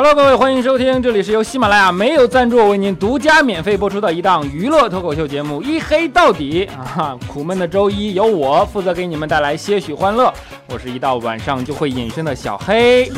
Hello， 各位，欢迎收听，这里是由喜马拉雅没有赞助为您独家免费播出的一档娱乐脱口秀节目《一黑到底》啊！苦闷的周一由我负责给你们带来些许欢乐，我是一到晚上就会隐身的小黑。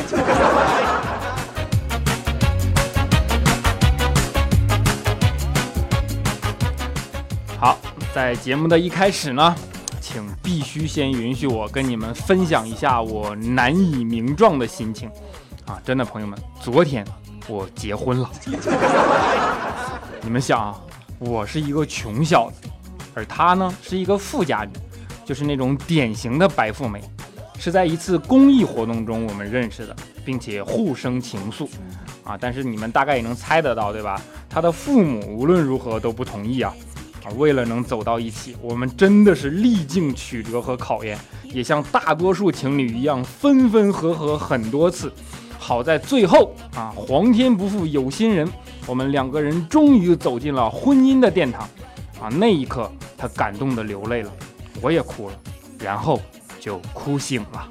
好，在节目的一开始呢，请必须先允许我跟你们分享一下我难以名状的心情。啊，真的朋友们，昨天我结婚了。你们想啊，我是一个穷小子，而她呢是一个富家女，就是那种典型的白富美。是在一次公益活动中我们认识的，并且互生情愫啊。但是你们大概也能猜得到，对吧？她的父母无论如何都不同意啊。为了能走到一起，我们真的是历尽曲折和考验，也像大多数情侣一样分分合合很多次。好在最后啊，皇天不负有心人，我们两个人终于走进了婚姻的殿堂啊！那一刻，他感动的流泪了，我也哭了，然后就哭醒了。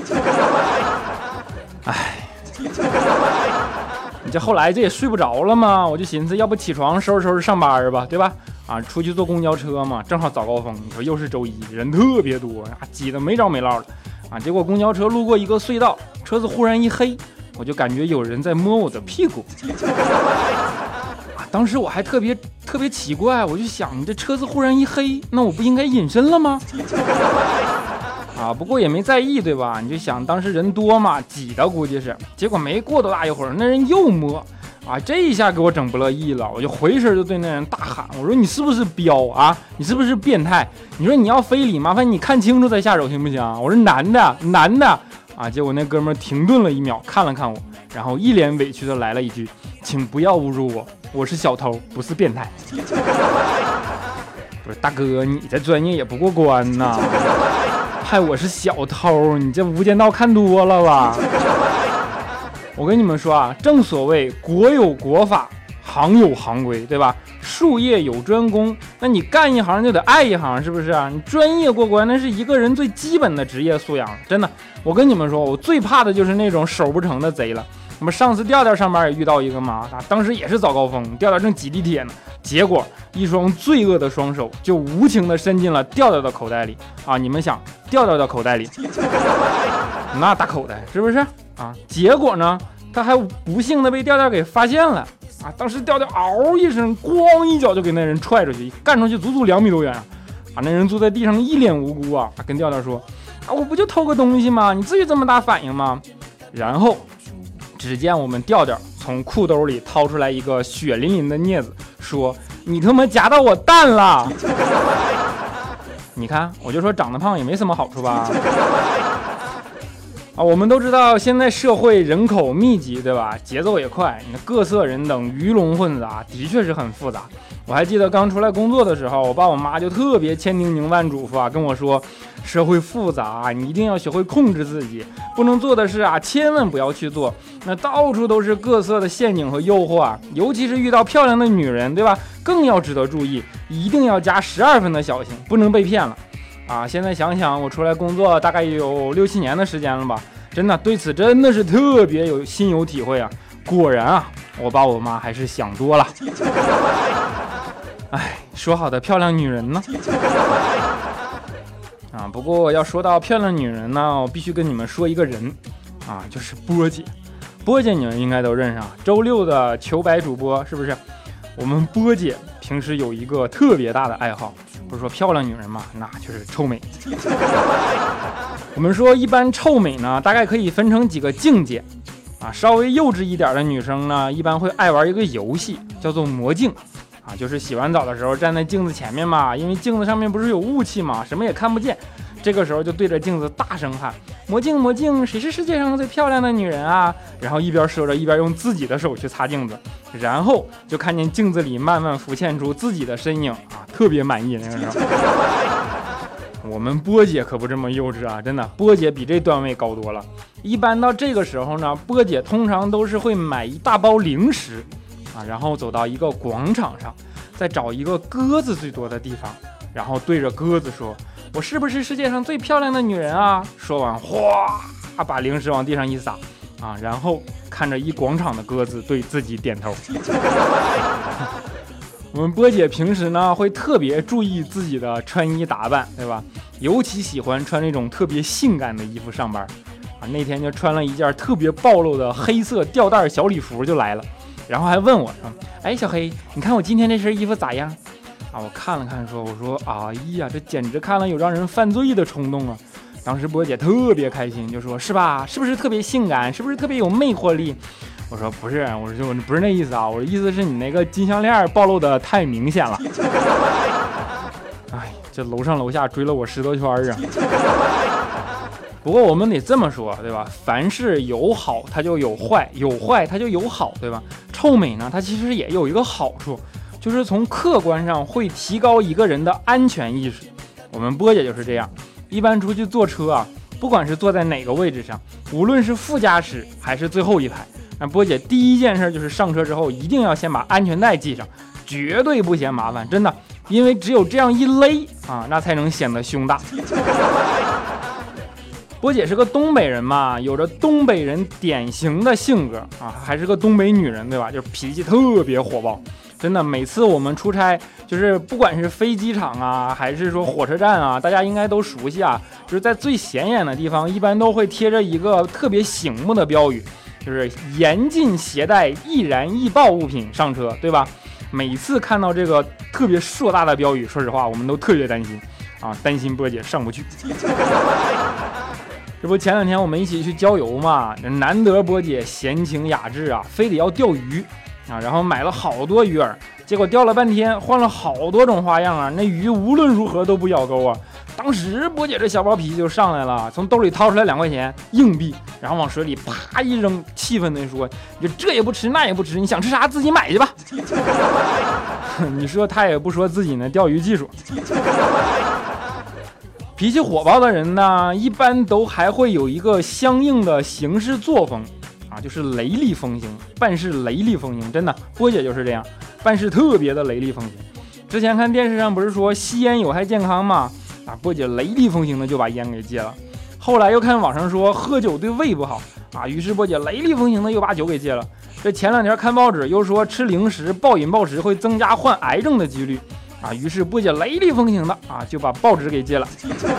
哎，你这后来这也睡不着了吗？我就寻思，要不起床收拾收拾上班吧，对吧？啊，出去坐公交车嘛，正好早高峰，你说又是周一，人特别多啊，挤得没着没落的啊。结果公交车路过一个隧道，车子忽然一黑。我就感觉有人在摸我的屁股啊！当时我还特别奇怪，我就想，你这车子忽然一黑，那我不应该隐身了吗？啊，不过也没在意，对吧？你就想当时人多嘛，挤的估计是。结果没过多大一会儿，那人又摸啊，这一下给我整不乐意了，我就回身就对那人大喊，我说你是不是彪啊？你是不是变态？你说你要非礼，麻烦你看清楚再下手行不行？我说男的。啊！结果那哥们停顿了1秒，看了看我，然后一脸委屈的来了一句：“请不要侮辱我，我是小偷，不是变态。”不是大哥，你这专业也不过关呐，害我是小偷，你这无间道看多了吧？我跟你们说啊，正所谓国有国法，行有行规，对吧？术业有专攻，那你干一行就得爱一行，是不是啊？你专业过关，那是一个人最基本的职业素养。真的，我跟你们说，我最怕的就是那种手不成的贼了。那么上次调调上班也遇到一个嘛，当时也是早高峰，调调正挤地铁呢，结果一双罪恶的双手就无情的伸进了调调的口袋里啊！你们想，调调的口袋里那大口袋是不是啊？结果呢，他还不幸的被调调给发现了。啊！当时调调嗷一声，咣一脚就给那人踹出去，干出去足足2米多远啊！那人坐在地上一脸无辜啊，跟调调说：“啊，我不就偷个东西吗？你至于这么大反应吗？”然后，只见我们调调从裤兜里掏出来一个血淋淋的镊子，说：“你他妈夹到我蛋了！”你看，我就说长得胖也没什么好处吧。啊，我们都知道现在社会人口密集，对吧？节奏也快，你各色人等鱼龙混杂，的确是很复杂。我还记得刚出来工作的时候，我爸我妈就特别千叮咛万嘱咐啊，跟我说，社会复杂，你一定要学会控制自己，不能做的事啊，千万不要去做。那到处都是各色的陷阱和诱惑啊，尤其是遇到漂亮的女人，对吧？更要值得注意，一定要加12分的小心，不能被骗了。啊，现在想想，我出来工作大概有6-7年的时间了吧，真的对此真的是特别心有体会啊！果然啊，我爸我妈还是想多了。哎，说好的漂亮女人呢？啊，不过要说到漂亮女人呢，我必须跟你们说一个人啊，就是波姐。波姐你们应该都认识啊，周6的求白主播是不是？我们波姐平时有一个特别大的爱好，不是说漂亮女人嘛，那就是臭美。我们说一般臭美呢，大概可以分成几个境界啊。稍微幼稚一点的女生呢，一般会爱玩一个游戏，叫做魔镜啊，就是洗完澡的时候站在镜子前面嘛，因为镜子上面不是有雾气嘛，什么也看不见。这个时候就对着镜子大声喊：“魔镜魔镜，谁是世界上最漂亮的女人啊？”然后一边说着，一边用自己的手去擦镜子，然后就看见镜子里慢慢浮现出自己的身影啊，特别满意那个时候。我们波姐可不这么幼稚啊，真的，波姐比这段位高多了。一般到这个时候呢，波姐通常都是会买一大包零食啊，然后走到一个广场上，再找一个鸽子最多的地方，然后对着鸽子说：“我是不是世界上最漂亮的女人啊？”说完，哗，把零食往地上一撒啊，然后看着一广场的鸽子对自己点头。我们波姐平时呢会特别注意自己的穿衣打扮，对吧？尤其喜欢穿那种特别性感的衣服上班啊。那天就穿了一件特别暴露的黑色吊带小礼服就来了，然后还问我说：“哎，小黑，你看我今天这身衣服咋样？”啊，我看了看我说：“哎呀，这简直看了有让人犯罪的冲动啊！”当时波姐特别开心，就说：“是吧？是不是特别性感？是不是特别有魅惑力？”我说不是，我不是那意思啊，我的意思是你那个金项链暴露的太明显了。哎，这楼上楼下追了我10多圈啊。不过我们得这么说，对吧？凡事有好它就有坏，有坏它就有好，对吧？臭美呢，它其实也有一个好处，就是从客观上会提高一个人的安全意识。我们波姐就是这样，一般出去坐车啊，不管是坐在哪个位置上，无论是副驾驶还是最后一排，那波姐第一件事就是上车之后一定要先把安全带系上，绝对不嫌麻烦，真的，因为只有这样一勒啊，那才能显得胸大。波姐是个东北人嘛，有着东北人典型的性格啊，还是个东北女人，对吧？就是脾气特别火爆，真的，每次我们出差，就是不管是飞机场啊，还是说火车站啊，大家应该都熟悉啊，就是在最显眼的地方，一般都会贴着一个特别醒目的标语，就是严禁携带易燃易爆物品上车，对吧？每次看到这个特别硕大的标语，说实话，我们都特别担心啊，担心波姐上不去。这不前2天我们一起去郊游嘛，难得波姐闲情雅致啊，非得要钓鱼啊，然后买了好多鱼饵，结果钓了半天，换了好多种花样啊，那鱼无论如何都不咬钩啊。当时波姐这小暴脾气就上来了，从兜里掏出来2块钱硬币，然后往水里啪一扔，气愤地说：“你这也不吃那也不吃，你想吃啥自己买去吧。”你说他也不说自己的钓鱼技术。脾气火爆的人呢，一般都还会有一个相应的行事作风啊，就是雷厉风行，办事雷厉风行，真的，波姐就是这样，办事特别的雷厉风行。之前看电视上不是说吸烟有害健康吗？啊，波姐雷厉风行的就把烟给戒了。后来又看网上说喝酒对胃不好啊，于是波姐雷厉风行的又把酒给戒了。这前2天看报纸又说吃零食暴饮暴食会增加患癌症的几率啊，于是波姐雷厉风行的啊就把报纸给戒了。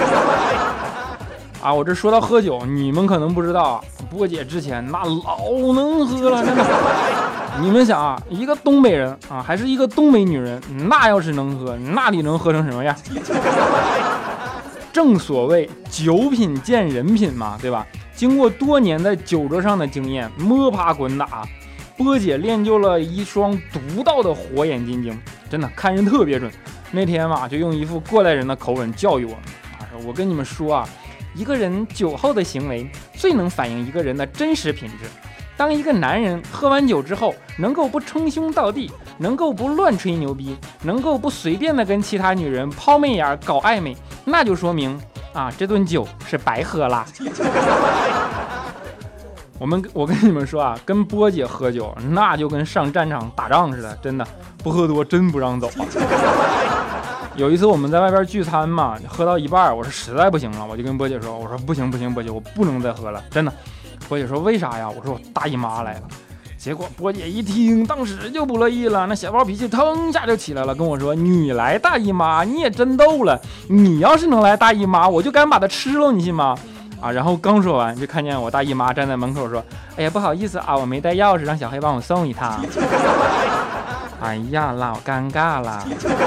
啊，我这说到喝酒，你们可能不知道啊，波姐之前那老能喝了，真的。你们想啊，一个东北人啊，还是一个东北女人，那要是能喝，那你能喝成什么样？正所谓酒品见人品嘛，对吧？经过多年的酒桌上的经验，摸爬滚打，波姐练就了一双独到的火眼金睛，真的看人特别准。那天嘛，就用一副过来人的口吻教育我们啊，我跟你们说啊，一个人酒后的行为最能反映一个人的真实品质。当一个男人喝完酒之后，能够不称兄道弟，能够不乱吹牛逼，能够不随便的跟其他女人抛媚眼搞暧昧，那就说明啊，这顿酒是白喝啦。我跟你们说啊，跟波姐喝酒，那就跟上战场打仗似的，真的不喝多真不让走啊。有一次我们在外边聚餐嘛，喝到一半，我说实在不行了，我就跟波姐说，我说不行，波姐，我不能再喝了，真的。波姐说为啥呀？我说我大姨妈来了。结果波姐一听，当时就不乐意了，那小暴脾气腾一下就起来了，跟我说：“你来大姨妈，你也真逗了。你要是能来大姨妈，我就敢把它吃了，你信吗？”啊，然后刚说完，就看见我大姨妈站在门口说：“哎呀，不好意思啊，我没带钥匙，让小黑帮我送一趟。”哎呀，老尴尬了。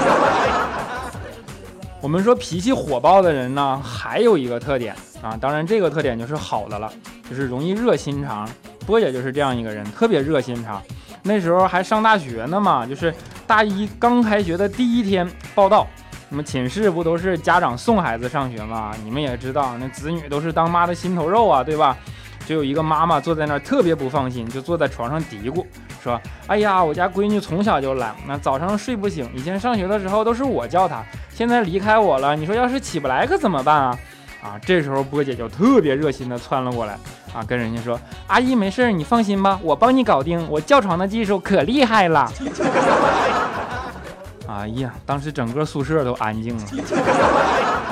我们说脾气火爆的人呢，还有一个特点啊，当然这个特点就是好的了，就是容易热心肠。波姐就是这样一个人，特别热心肠。那时候还上大学呢嘛，就是大一刚开学的第1天报到，那么寝室不都是家长送孩子上学嘛？你们也知道，那子女都是当妈的心头肉啊，对吧？就有一个妈妈坐在那儿特别不放心，就坐在床上嘀咕说：“哎呀，我家闺女从小就懒，那早上睡不醒，以前上学的时候都是我叫她，现在离开我了，你说要是起不来可怎么办啊？”啊，这时候波姐就特别热心的窜了过来啊，跟人家说：“阿姨没事，你放心吧，我帮你搞定，我叫床的技术可厉害了。”哎呀，当时整个宿舍都安静了。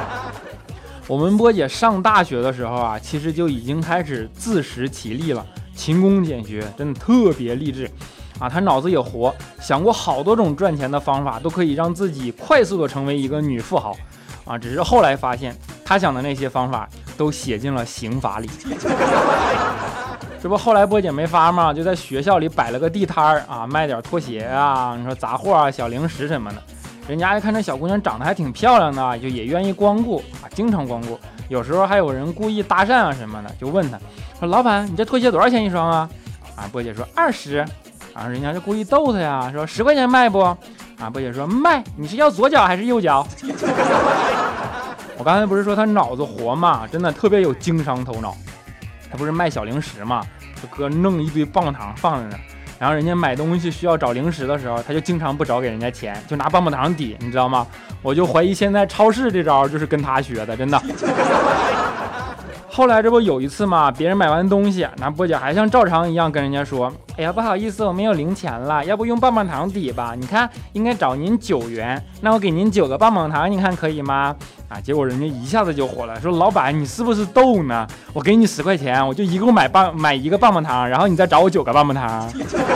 我们波姐上大学的时候啊，其实就已经开始自食其力了， 勤工俭学，真的特别励志啊！她脑子也活，想过好多种赚钱的方法，都可以让自己快速的成为一个女富豪啊！只是后来发现，她想的那些方法都写进了刑法里。这不后来波姐没法嘛，就在学校里摆了个地摊儿啊，卖点拖鞋啊，你说杂货啊、小零食什么的。人家一看这小姑娘长得还挺漂亮的，就也愿意光顾啊，经常光顾。有时候还有人故意搭讪啊什么的，就问她说：“老板，你这拖鞋多少钱一双啊？”啊，波姐说20。啊，人家就故意逗她呀，说10块钱卖不？啊，波姐说卖。你是要左脚还是右脚？我刚才不是说她脑子活嘛，真的特别有经商头脑。她不是卖小零食嘛，就搁弄一堆棒棒糖放在那。然后人家买东西需要找零食的时候，他就经常不找给人家钱，就拿棒棒糖抵，你知道吗？我就怀疑现在超市这招就是跟他学的，真的。后来这不有一次嘛，别人买完东西，那波姐还像照常一样跟人家说：“哎呀，不好意思，我没有零钱了，要不用棒棒糖抵吧？你看应该找您9元，那我给您9个棒棒糖，你看可以吗？”啊，结果人家一下子就火了，说：“老板，你是不是逗呢？我给你10块钱，我就一共买1个棒棒糖，然后你再找我9个棒棒糖。”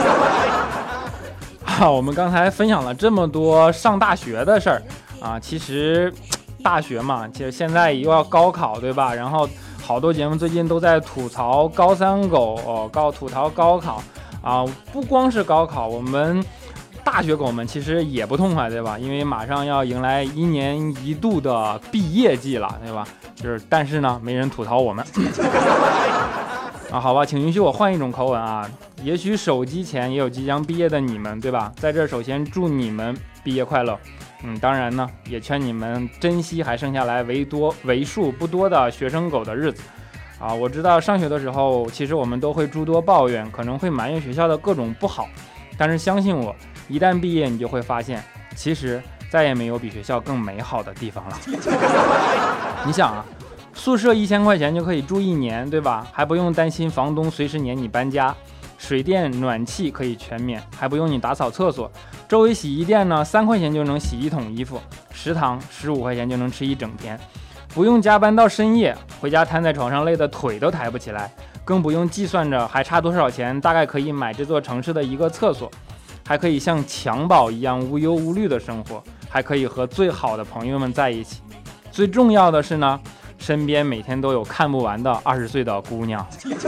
啊，我们刚才分享了这么多上大学的事儿啊，其实大学嘛，其实现在又要高考，对吧？然后好多节目最近都在吐槽高三狗吐槽高考啊，不光是高考，我们大学狗们其实也不痛快，对吧？因为马上要迎来1年1度的毕业季了，对吧？但是呢，没人吐槽我们啊。好吧，请允许我换一种口吻啊。也许手机前也有即将毕业的你们，对吧？在这首先祝你们毕业快乐。当然呢，也劝你们珍惜还剩下来为数不多的学生狗的日子啊！我知道上学的时候，其实我们都会诸多抱怨，可能会埋怨学校的各种不好，但是相信我，一旦毕业，你就会发现，其实再也没有比学校更美好的地方了。你想啊，宿舍1000块钱就可以住1年，对吧？还不用担心房东随时撵你搬家。水电暖气可以全免，还不用你打扫厕所。周围洗衣店呢，3块钱就能洗1桶衣服。食堂15块钱就能吃1整天，不用加班到深夜，回家瘫在床上累得腿都抬不起来，更不用计算着还差多少钱，大概可以买这座城市的1个厕所，还可以像襁褓一样无忧无虑的生活，还可以和最好的朋友们在一起。最重要的是呢，身边每天都有看不完的20岁的姑娘。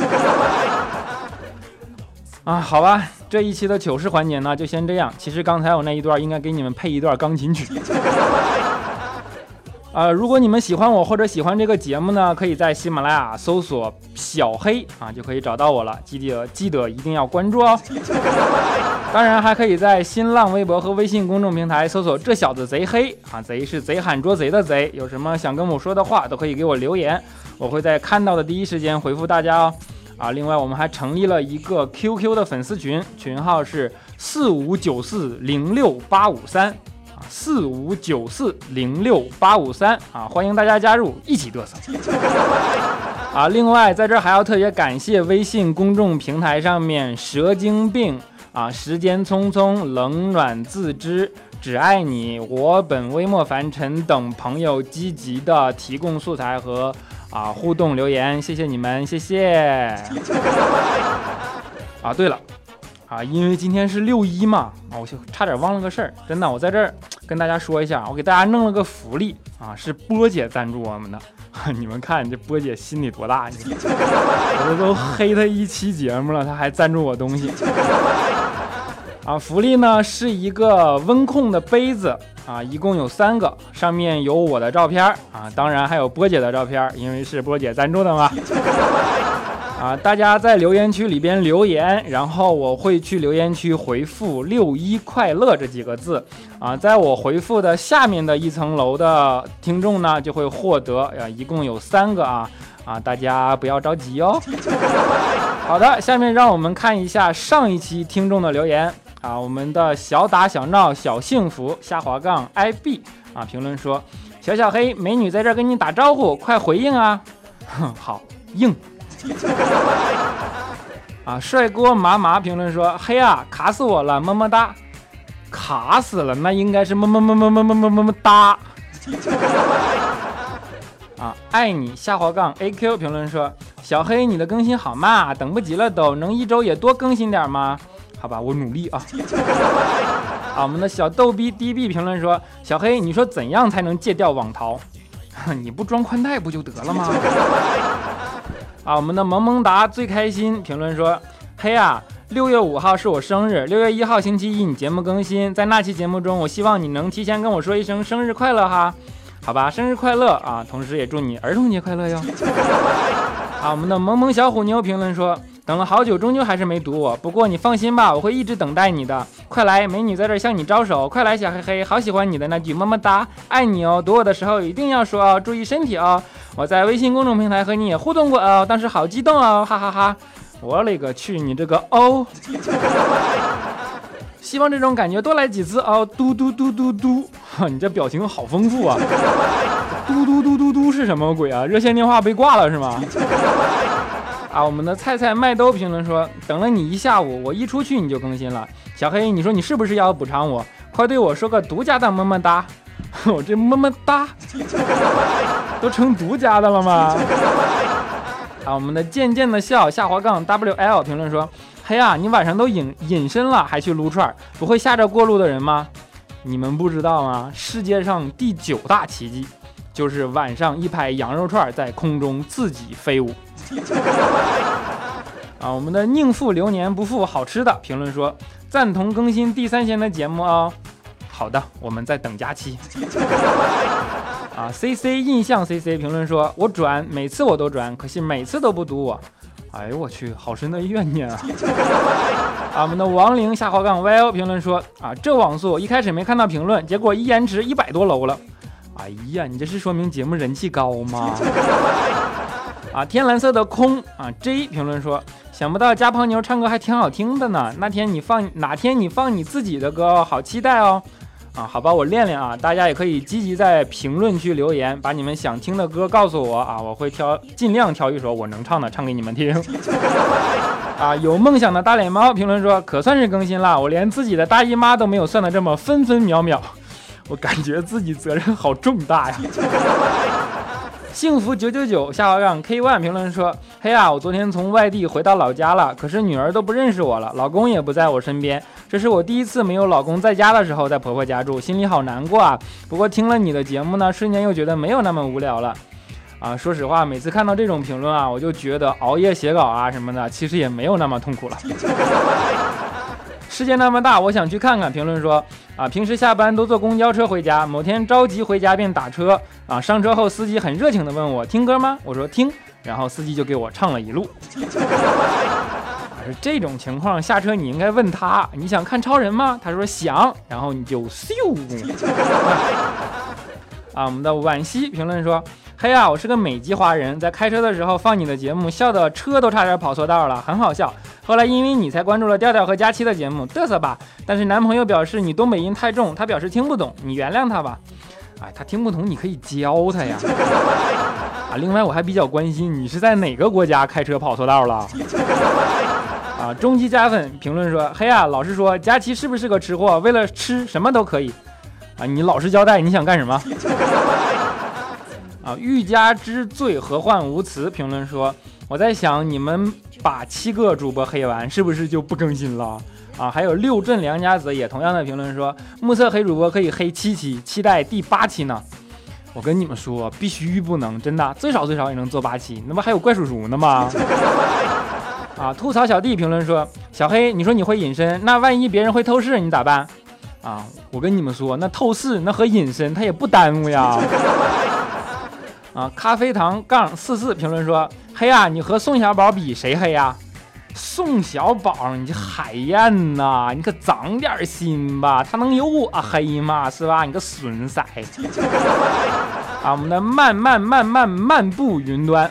啊，好吧，这一期的糗事环节呢就先这样。其实刚才我那一段应该给你们配一段钢琴曲。如果你们喜欢我或者喜欢这个节目呢，可以在喜马拉雅搜索小黑啊，就可以找到我了。记得一定要关注哦。当然还可以在新浪微博和微信公众平台搜索这小子贼黑啊，贼是贼喊捉贼的贼。有什么想跟我说的话都可以给我留言，我会在看到的第一时间回复大家哦。另外我们还成立了一个 QQ 的粉丝群，群号是4594068553 4594068553欢迎大家加入，一起嘚瑟。另外在这还要特别感谢微信公众平台上面蛇精病时间匆匆、冷暖自知、只爱你、我本微莫凡尘等朋友积极的提供素材和互动留言，谢谢你们，谢谢。对了因为今天是6·1嘛我就差点忘了个事儿，真的，我在这儿跟大家说一下，我给大家弄了个福利是波姐赞助我们的。你们看这波姐心里多大，我这都黑她1期节目了，她还赞助我东西。福利呢是一个温控的杯子一共有3个，上面有我的照片当然还有波姐的照片，因为是波姐赞助的嘛。大家在留言区里边留言，然后我会去留言区回复6·1快乐这几个字在我回复的下面的1层楼的听众呢就会获得一共有3个大家不要着急哦。好的，下面让我们看一下上一期听众的留言我们的小打小闹小幸福_IB 评论说，小黑美女在这跟你打招呼，快回应啊。好应。帅锅麻评论说，黑卡死我了，么么哒。卡死了那应该是么么哒。爱你_AQ 评论说， 小黑你的更新好慢，等不及了都，能一周也多更新点吗？好吧，我努力啊。我们的小逗逼 DB 评论说，小黑你说怎样才能戒掉网淘？你不装宽带不就得了吗？我们的萌萌哒最开心评论说，黑啊，6月5号是我生日，6月1号星期一你节目更新，在那期节目中我希望你能提前跟我说一声生日快乐哈。好吧，生日快乐啊，同时也祝你儿童节快乐哟。我们的萌萌小虎妞评论说，等了好久终究还是没读我，不过你放心吧，我会一直等待你的，快来，美女在这向你招手，快来小黑黑，好喜欢你的那句么么哒，爱你哦，读我的时候一定要说哦，注意身体哦，我在微信公众平台和你也互动过哦，当时好激动哦，哈哈哈。我勒个去，你这个哦。希望这种感觉多来几次哦，嘟嘟嘟嘟嘟，你这表情好丰富啊！嘟嘟嘟嘟嘟是什么鬼啊？热线电话被挂了是吗？我们的菜菜麦兜评论说，等了你一下午，我一出去你就更新了。小黑，你说你是不是要补偿我？快对我说个独家的么么哒！我这么么哒都成独家的了吗？我们的渐渐的笑下滑杠 WL 评论说，黑啊，你晚上都隐身了还去撸串，不会吓着过路的人吗？你们不知道吗？世界上第9大奇迹就是晚上一排羊肉串在空中自己飞舞。我们的宁负流年不负好吃的评论说，赞同更新第3弦的节目哦。好的，我们在等假期。CC 印象 CC 评论说，我转，每次我都转，可惜每次都不读我。哎呦我去，好深的怨念啊！我们的亡灵下滑杠 YO 评论说，这网速一开始没看到评论，结果一延迟100多楼了。哎呀，你这是说明节目人气高吗？天蓝色的空J 评论说，想不到加胖妞唱歌还挺好听的呢，哪天你放你自己的歌，好期待哦。好吧，我练练啊，大家也可以积极在评论区留言，把你们想听的歌告诉我我会尽量挑一首我能唱的唱给你们听。有梦想的大脸猫评论说，可算是更新了，我连自己的大姨妈都没有算得这么分分秒秒，我感觉自己责任好重大呀。幸福999下滑杠 K1 评论说，嘿啊，我昨天从外地回到老家了，可是女儿都不认识我了，老公也不在我身边，这是我第一次没有老公在家的时候在婆婆家住，心里好难过啊。不过听了你的节目呢，瞬间又觉得没有那么无聊了。说实话，每次看到这种评论我就觉得熬夜写稿什么的，其实也没有那么痛苦了。世界那么大，我想去看看。评论说平时下班都坐公交车回家，某天着急回家便打车上车后司机很热情地问我听歌吗？我说听，然后司机就给我唱了一路。这种情况下车你应该问他，你想看超人吗？他说想，然后你就咻。我们的惋惜评论说，嘿啊，我是个美籍华人，在开车的时候放你的节目，笑的车都差点跑错道了，很好笑。后来因为你才关注了调调和佳期的节目，嘚瑟吧。但是男朋友表示你东北音太重，他表示听不懂，你原谅他吧。他听不懂你可以教他呀。另外我还比较关心你是在哪个国家开车跑错道了。终极加粉评论说，嘿啊，老实说佳期是不是个吃货？为了吃什么都可以。你老实交代，你想干什么？欲加之罪何患无辞评论说，我在想你们把7个主播黑完是不是就不更新了还有6镇良家子也同样的评论说，目测黑主播可以黑7期，期待第8期呢。我跟你们说，必须不能，真的最少也能做8期，那不还有怪叔叔呢吗？吐槽小弟评论说，小黑你说你会隐身，那万一别人会透视你咋办？我跟你们说，那透视那和隐身它也不耽误呀。咖啡糖杠44评论说，黑啊，你和宋小宝比谁黑呀？宋小宝，你这海燕呐，你可长点心吧，他能有我黑吗？是吧？你个损色。我们的漫步云端。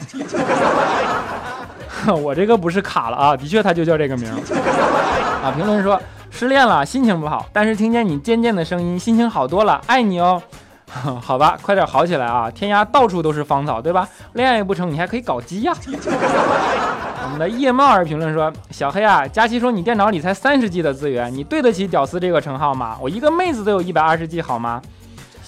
我这个不是卡了的确他就叫这个名。评论说，失恋了，心情不好，但是听见你渐渐的声音，心情好多了，爱你哦。好吧，快点好起来天涯到处都是芳草，对吧？恋爱不成，你还可以搞基呀。我们的叶茂儿评论说，小黑啊，佳期说你电脑里才30G 的资源，你对得起屌丝这个称号吗？我一个妹子都有120G好吗？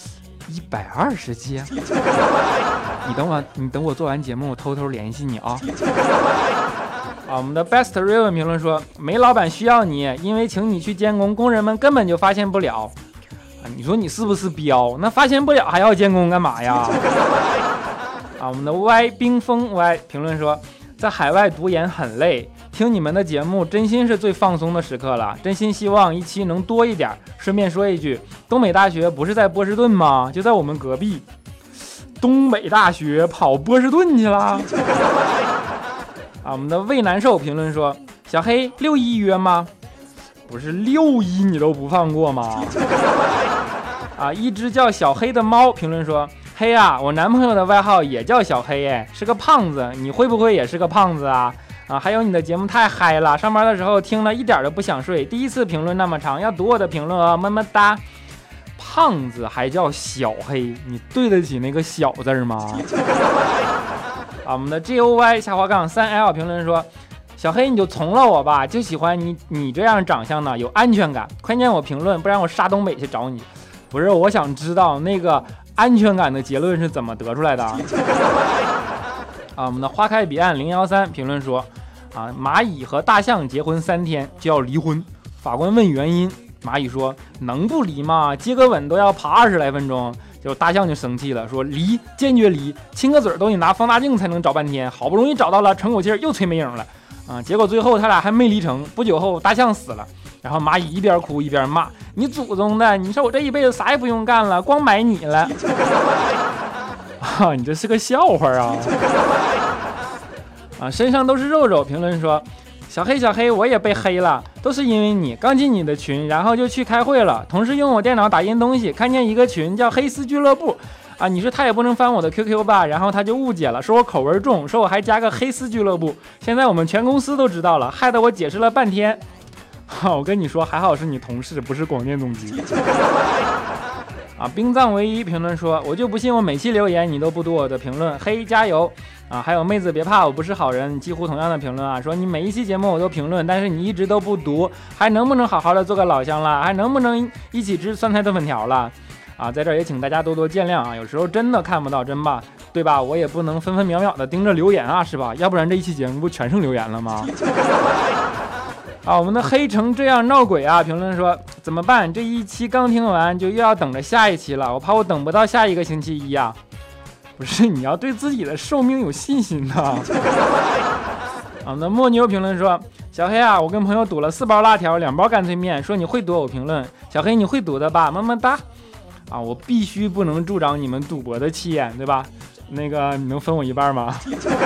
120期？你等我做完节目，我偷偷联系你啊。我们的 Best Raven 评论说，煤老板需要你，因为请你去监工，工人们根本就发现不了。你说你是不是彪？那发现不了还要监工干嘛呀？我们的 Y 冰封 Y 评论说，在海外读研很累，听你们的节目真心是最放松的时刻了，真心希望一期能多一点。顺便说一句，东北大学不是在波士顿吗？就在我们隔壁。东北大学跑波士顿去了。我们的魏难受评论说，小黑6·1约吗？不是6·1你都不放过吗？一只叫小黑的猫评论说，黑啊，我男朋友的外号也叫小黑耶，是个胖子，你会不会也是个胖子啊？还有你的节目太嗨了，上班的时候听了一点都不想睡，第一次评论那么长，要读我的评论啊，么么哒。胖子还叫小黑，你对得起那个小字吗？我们的 GOY_3L 评论说，小黑你就从了我吧，就喜欢你这样长相的，有安全感，快念我评论，不然我杀东北去找你。不是，我想知道那个安全感的结论是怎么得出来的。我们的花开彼岸013评论说，蚂蚁和大象结婚3天就要离婚，法官问原因，蚂蚁说能不离吗？接个吻都要爬20来分钟。就大象就生气了，说离，坚决离，亲个嘴都得拿放大镜才能找半天，好不容易找到了，喘口气又吹没影了。结果最后他俩还没离成，不久后大象死了，然后蚂蚁一边哭一边骂，你祖宗的，你说我这一辈子啥也不用干了，光买你了。你这是个笑话啊。身上都是肉肉评论说，小黑我也被黑了，都是因为你刚进你的群，然后就去开会了，同事用我电脑打印东西，看见一个群叫黑丝俱乐部你说他也不能翻我的 QQ 吧，然后他就误解了，说我口味重，说我还加个黑丝俱乐部，现在我们全公司都知道了，害得我解释了半天。我跟你说，还好是你同事，不是广电总局。冰藏唯一评论说，我就不信我每期留言你都不读我的评论，黑加油还有妹子别怕，我不是好人，几乎同样的评论说你每一期节目我都评论，但是你一直都不读，还能不能好好的做个老乡了？还能不能一起吃酸菜炖粉条了？在这儿也请大家多多见谅有时候真的看不到真吧，对吧？我也不能分分秒秒的盯着留言是吧？要不然这一期节目不全剩留言了吗？我们的黑成这样闹鬼评论说，怎么办？这一期刚听完就又要等着下一期了，我怕我等不到下一个星期一不是，你要对自己的寿命有信心我们的莫牛评论说，小黑我跟朋友赌了4包辣条2包干脆面，说你会赌我评论，小黑你会赌的吧，么么哒我必须不能助长你们赌博的气焰，对吧？那个你能分我一半吗？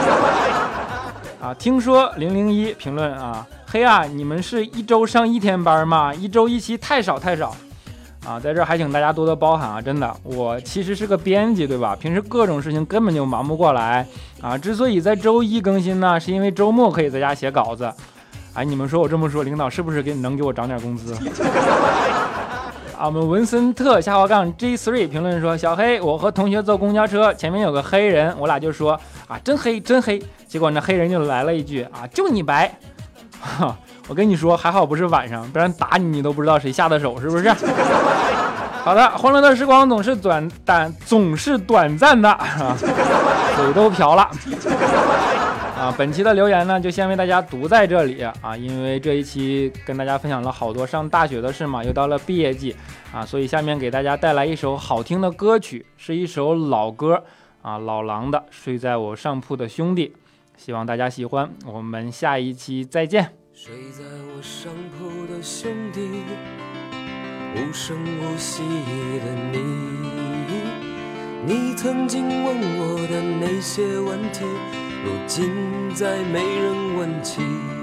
听说001评论黑你们是一周上1天班吗？一周一期太少在这儿还请大家多多包涵真的，我其实是个编辑，对吧？平时各种事情根本就忙不过来之所以在周一更新呢，是因为周末可以在家写稿子你们说我这么说，领导是不是能给我涨点工资？我们文森特_G3 评论说，小黑，我和同学坐公交车，前面有个黑人，我俩就说真黑真黑，结果那黑人就来了一句就你白。我跟你说，还好不是晚上，不然打你都不知道谁下的手，是不是？好的，欢乐的时光总是短暂的嘴都瓢了本期的留言呢就先为大家读在这里因为这一期跟大家分享了好多上大学的事嘛，又到了毕业季所以下面给大家带来一首好听的歌曲，是一首老歌老狼的《睡在我上铺的兄弟》，希望大家喜欢，我们下一期再见。 睡在我上铺的兄弟，无声无息的你曾经问我的那些问题，如今再没人问起。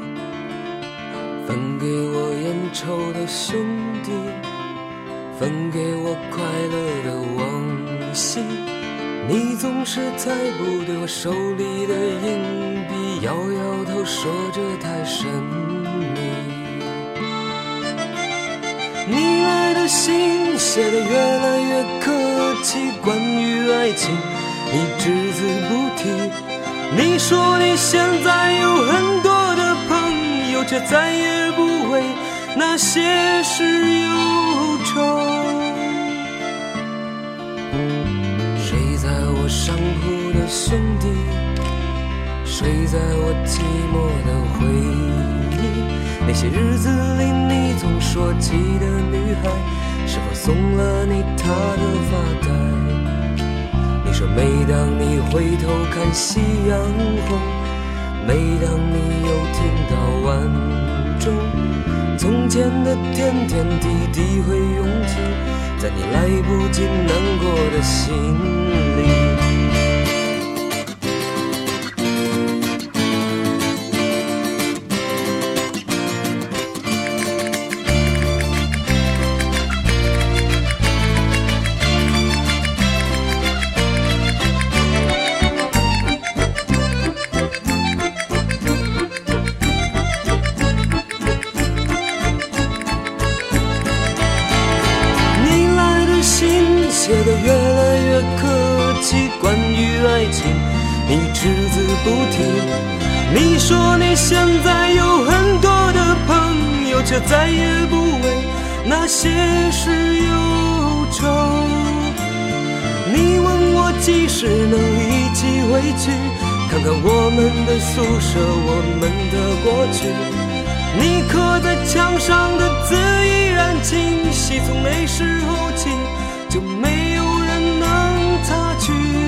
分给我烟抽的兄弟，分给我快乐的往昔，你总是猜不对我手里的硬币，摇摇头说这太神秘。你来的信写得越来越客气，关于爱情你只字不提。你说你现在有很多的朋友，却再也不为那些事忧愁。 我上铺的兄弟，睡在我寂寞的回忆。那些日子里你总说起的女孩，是否送了你她的发带？你说每当你回头看夕阳红，每当你又听到晚钟，从前的点点滴滴会涌进在你来不及难过的心里。写得越来越客气，关于爱情你只字不提。你说你现在有很多的朋友，却再也不为那些事忧愁。你问我几时能一起回去，看看我们的宿舍，我们的过去。你刻在墙上的字依然清晰，从那时候起就没有人能擦去。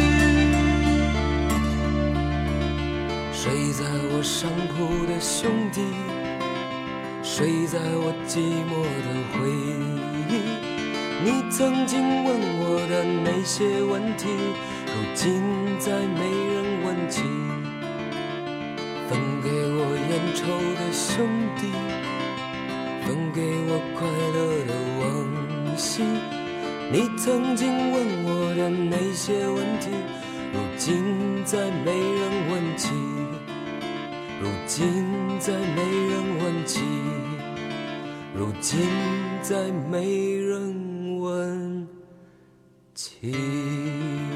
睡在我上铺的兄弟，睡在我寂寞的回忆。你曾经问我的那些问题，如今再没人问起。分给我烟抽的兄弟，分给我快乐的往昔。你曾经问我的那些问题，如今再没人问起，如今再没人问起，如今再没人问起。